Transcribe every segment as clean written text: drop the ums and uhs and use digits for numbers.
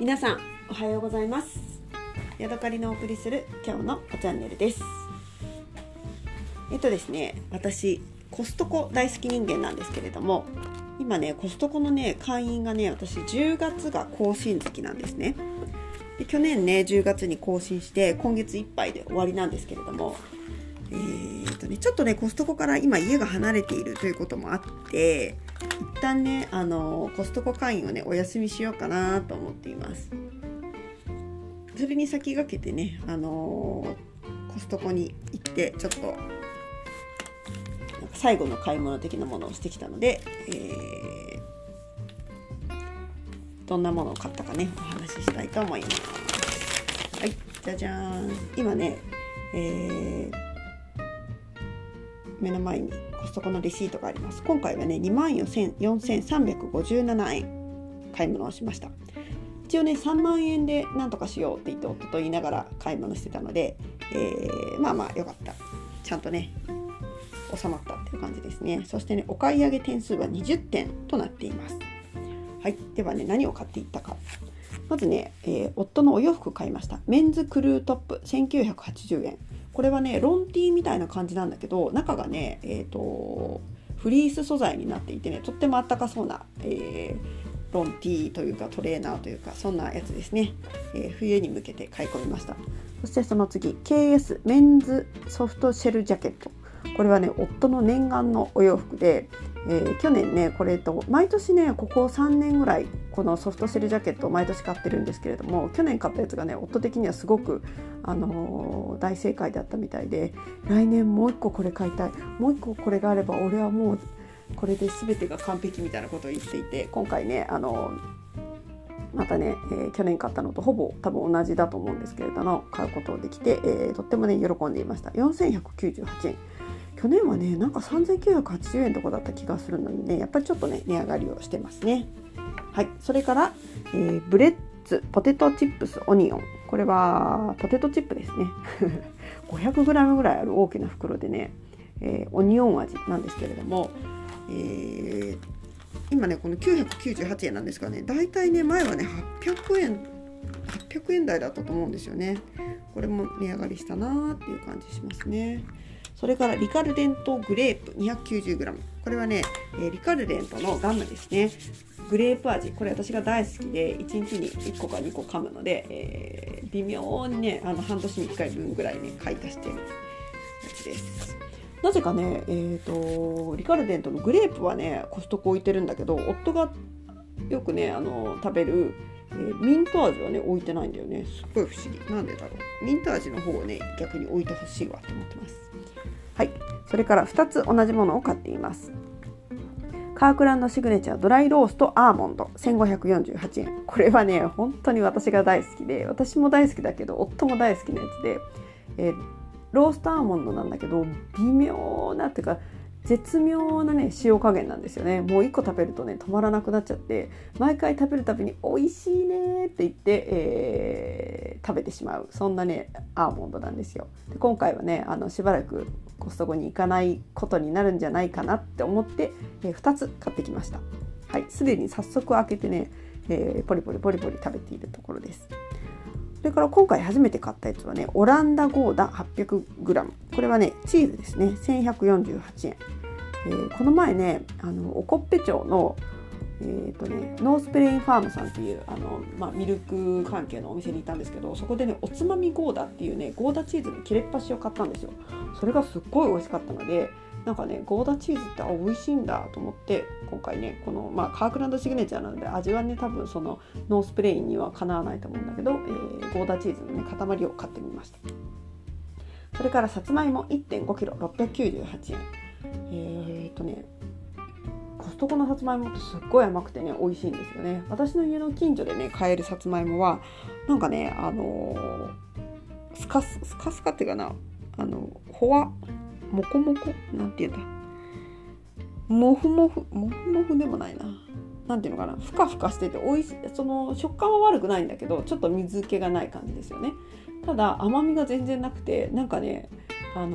皆さんおはようございます。ヤドカリのお送りする今日のチャンネルです。ですね、私コストコ大好き人間なんですけれども、今ねコストコのね会員がね、私10月が更新月なんですね。で去年ね10月に更新して今月いっぱいで終わりなんですけれども、ちょっとねコストコから今家が離れているということもあって、一旦ねコストコ会員をねお休みしようかなと思っています。それに先駆けてねコストコに行ってちょっと最後の買い物的なものをしてきたので、どんなものを買ったかねお話ししたいと思います。はい、じゃじゃーん。今ね、目の前にコストコのレシートがあります。今回はね24,357円買い物をしました。一応ね3万円でなんとかしようって言って夫と言いながら買い物してたので、まあよかった、ちゃんとね収まったっていう感じですね。そしてねお買い上げ点数は20点となっています。はい、ではね何を買っていったか。まずね、夫のお洋服買いました。メンズクルートップ1980円。これはねロンティーみたいな感じなんだけど、中がねフリース素材になっていてね、とってもあったかそうな、ロンティーというかトレーナーというかそんなやつですね。冬に向けて買い込みました。そしてその次 KS メンズソフトシェルジャケット。これはね夫の念願のお洋服で、去年ねこれと毎年ねここ3年ぐらいこのソフトシェルジャケットを毎年買ってるんですけれども、去年買ったやつがね夫的にはすごく、大正解だったみたいで、来年もう一個これ買いたい、もう一個これがあれば俺はもうこれで全てが完璧みたいなことを言っていて、今回ねまたね、去年買ったのとほぼ多分同じだと思うんですけれども買うことができて、とってもね喜んでいました。4198円。去年はねなんか3980円とかだった気がするのにね、やっぱりちょっとね値上がりをしてますね。はい、それから、ブレッツポテトチップスオニオン。これはポテトチップですね500g ぐらいある大きな袋でね、オニオン味なんですけれども、今ねこの998円なんですがね、だいたいね前はね800円台だったと思うんですよね。これも値上がりしたなーっていう感じしますね。それからリカルデントグレープ 290g。 これはね、リカルデントのガムですね。グレープ味、これ私が大好きで1日に1個か2個噛むので、微妙にね半年に1回分ぐらいね買い足してるやつです。なぜかね、リカルデントのグレープはねコストコ置いてるんだけど、夫がよくね食べるミント味はね置いてないんだよね。すっごい不思議。なんでだろう。ミント味の方をね逆に置いてほしいわと思ってます。はい、それから2つ同じものを買っています。カークランドシグネチャードライローストアーモンド1548円。これはね本当に私が大好きで、私も大好きだけど夫も大好きなやつで、ローストアーモンドなんだけど微妙なっていうか絶妙なね塩加減なんですよね。もう1個食べるとね止まらなくなっちゃって、毎回食べるたびに美味しいねって言って、食べてしまう、そんなねアーモンドなんですよ。で今回はねしばらくコストコに行かないことになるんじゃないかなって思って、2つ買ってきました。はい、すでに早速開けてね、ポリポリ食べているところです。それから今回初めて買ったやつはねオランダゴーダ 800g。 これはねチーズですね。1148円。この前ねおこっぺ町のノースプレインファームさんっていうミルク関係のお店に行ったんですけど、そこでねおつまみゴーダっていうねゴーダチーズの切れっ端を買ったんですよ。それがすっごい美味しかったので、なんかねゴーダチーズって美味しいんだと思って、今回ねこのカークランドシグネチャーなので味はね多分そのノースプレインにはかなわないと思うんだけど、ゴーダチーズのね塊を買ってみました。それからさつまいも 1.5kg 698円。コストコのさつまいもってすっごい甘くてね美味しいんですよね。私の家の近所でね買えるさつまいもはなんかねスカスカっていうかな、ほわもこもこなんていうんだ、もふもふでもないな、なんていうのかな、ふかふかしてて美味しい。その食感は悪くないんだけどちょっと水気がない感じですよね。ただ甘みが全然なくて、なんかね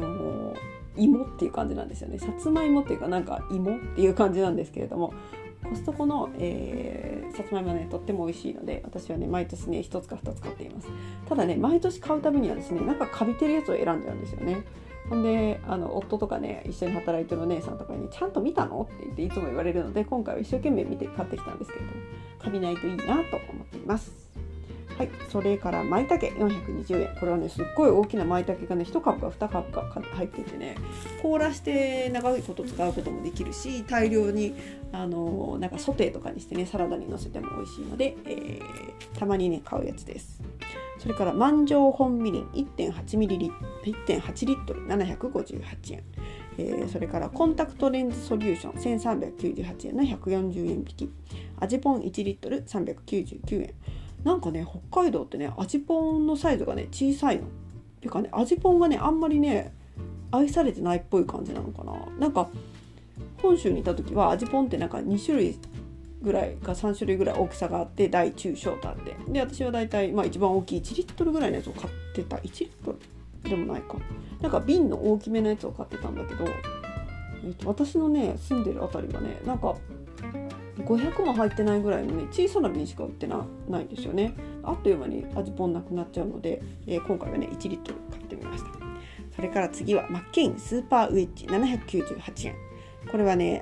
芋っていう感じなんですよね。さつまいもっていうかなんか芋っていう感じなんですけれども、こコストコの、さつまいもはねとっても美味しいので、私はね毎年ね1つか2つ買っています。ただね毎年買うたびにはですね、なんかカビてるやつを選んじゃうんですよね。ほんで夫とかね一緒に働いてるお姉さんとかにちゃんと見たのって言っていつも言われるので、今回は一生懸命見て買ってきたんですけれども、カビないといいなと思っています。はい、それから舞茸420円。これはねすっごい大きな舞茸がね1株か2株か入っていてね、凍らして長いこと使うこともできるし、大量になんかソテーとかにしてねサラダにのせても美味しいので、たまにね買うやつです。それから万丈本みりん 1.8 リットル758円、それからコンタクトレンズソリューション1398円の140円引き、味ポン1リットル399円。なんかね北海道ってね味ポンのサイズがね小さいのていうかね、味ポンがねあんまりね愛されてないっぽい感じなのかな。なんか本州にいた時は味ポンってなんか2種類ぐらいか3種類ぐらい大きさがあって、大中小とあって、で私はだいたい一番大きい1リットルぐらいのやつを買ってた。1リットルでもないか、なんか瓶の大きめのやつを買ってたんだけど、私のね住んでるあたりはねなんか500も入ってないぐらいのね小さな瓶しか売ってないんですよね。あっという間に味ポンなくなっちゃうので、今回はね1リットル買ってみました。それから次はマッケインスーパーウェッジ798円。これはね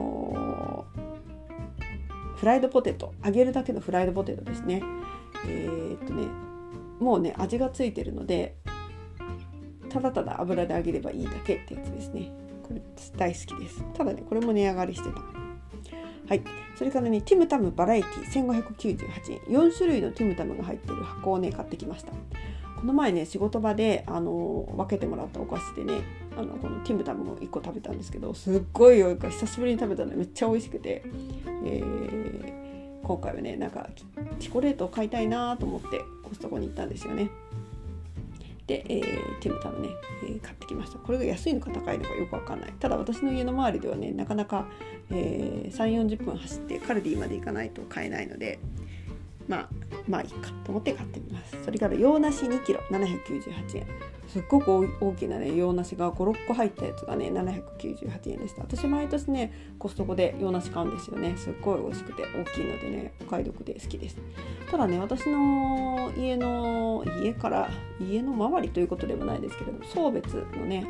フライドポテト、揚げるだけのフライドポテトですね。もうね味がついてるのでただただ油で揚げればいいだけってやつですね。これ大好きです。ただねこれも値上がりしてた。はい、それからねティムタムバラエティ1598円。4種類のティムタムが入ってる箱をね買ってきました。この前ね仕事場で分けてもらったお菓子でねこのティムタムを1個食べたんですけど、すっごい久しぶりに食べたのでめっちゃ美味しくて、今回はねなんかチョコレートを買いたいなと思ってコストコに行ったんですよね。で、ティムタムね、買ってきました。これが安いのか高いのかよくわかんない。ただ私の家の周りではねなかなか、3,40 分走ってカルディまで行かないと買えないので、まあいいかと思って買ってみます。それから洋梨 2kg798円。すっごく大きなね洋梨が 5,6 個入ったやつがね798円でした。私毎年ねコストコで洋梨買うんですよね。すっごい美味しくて大きいのでねお買い得で好きです。ただね私の家の周りということでもないですけれども、送別のね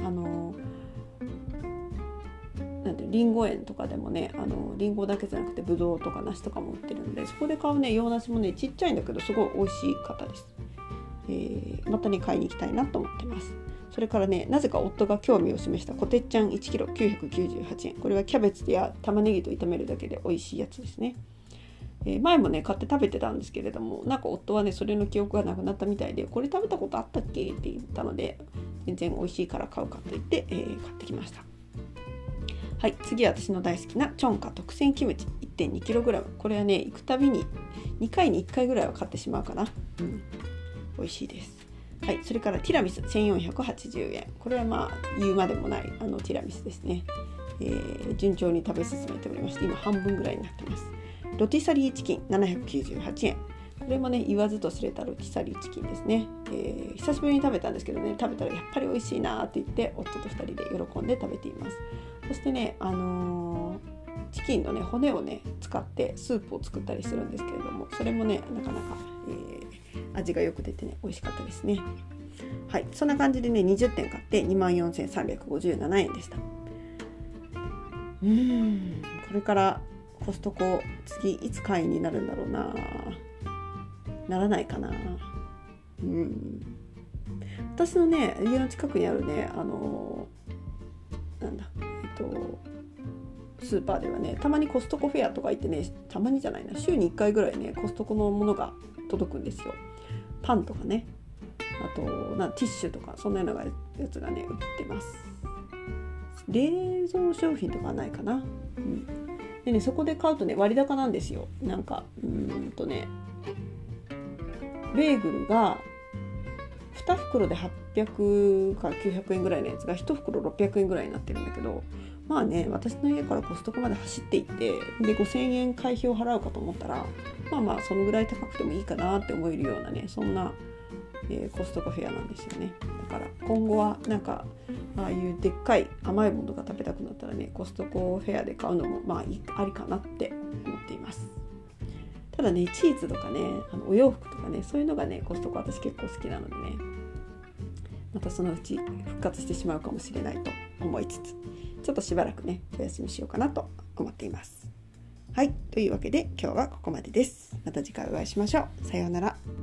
リンゴ園とかでもねリンゴだけじゃなくてブドウとか梨とかも売ってるので、そこで買うね洋梨もねちっちゃいんだけどすごい美味しい方です。またね買いに行きたいなと思ってます。それからねなぜか夫が興味を示したコテッチャン 1kg998 円。これはキャベツや玉ねぎと炒めるだけで美味しいやつですね。前もね買って食べてたんですけれども、なんか夫はねそれの記憶がなくなったみたいで、これ食べたことあったっけって言ったので、全然美味しいから買うかと言って、買ってきました。はい、次は私の大好きなチョンカ特選キムチ 1.2kg。 これはね行くたびに2回に1回ぐらいは買ってしまうかな。美味しいです。はい、それからティラミス1480円。これは言うまでもないティラミスですね。順調に食べ進めておりまして、今半分ぐらいになってます。ロティサリーチキン798円。これもね言わずと知れたロティサリーチキンですね。久しぶりに食べたんですけどね、食べたらやっぱり美味しいなって言って夫と2人で喜んで食べています。そしてねチキンのね骨をね使ってスープを作ったりするんですけれども、それもねなかなか、味がよく出てね美味しかったですね。はい、そんな感じでね20点買って 24,357 円でした。これからコストコ次いつ会員になるんだろうな。ならないかな。私のね家の近くにあるねスーパーではねたまにコストコフェアとか行ってね、たまにじゃないな週に1回ぐらいねコストコのものが届くんですよ。パンとかね、あとティッシュとかそんなようなやつがね売ってます。冷蔵商品とかはないかな。でねそこで買うとね割高なんですよ。なんかベーグルが2袋で800から900円ぐらいのやつが1袋600円ぐらいになってるんだけど、私の家からコストコまで走って行ってで5000円会費を払うかと思ったらそのぐらい高くてもいいかなって思えるようなね、そんな、コストコフェアなんですよね。だから今後はなんかああいうでっかい甘いものが食べたくなったらねココストコフェアで買うのもありかなって思っています。ただね、チーズとかね、お洋服とかね、そういうのがねコストコ私結構好きなのでね、またそのうち復活してしまうかもしれないと思いつつ、ちょっとしばらくねお休みしようかなと思っています。はい、というわけで今日はここまでです。また次回お会いしましょう。さようなら。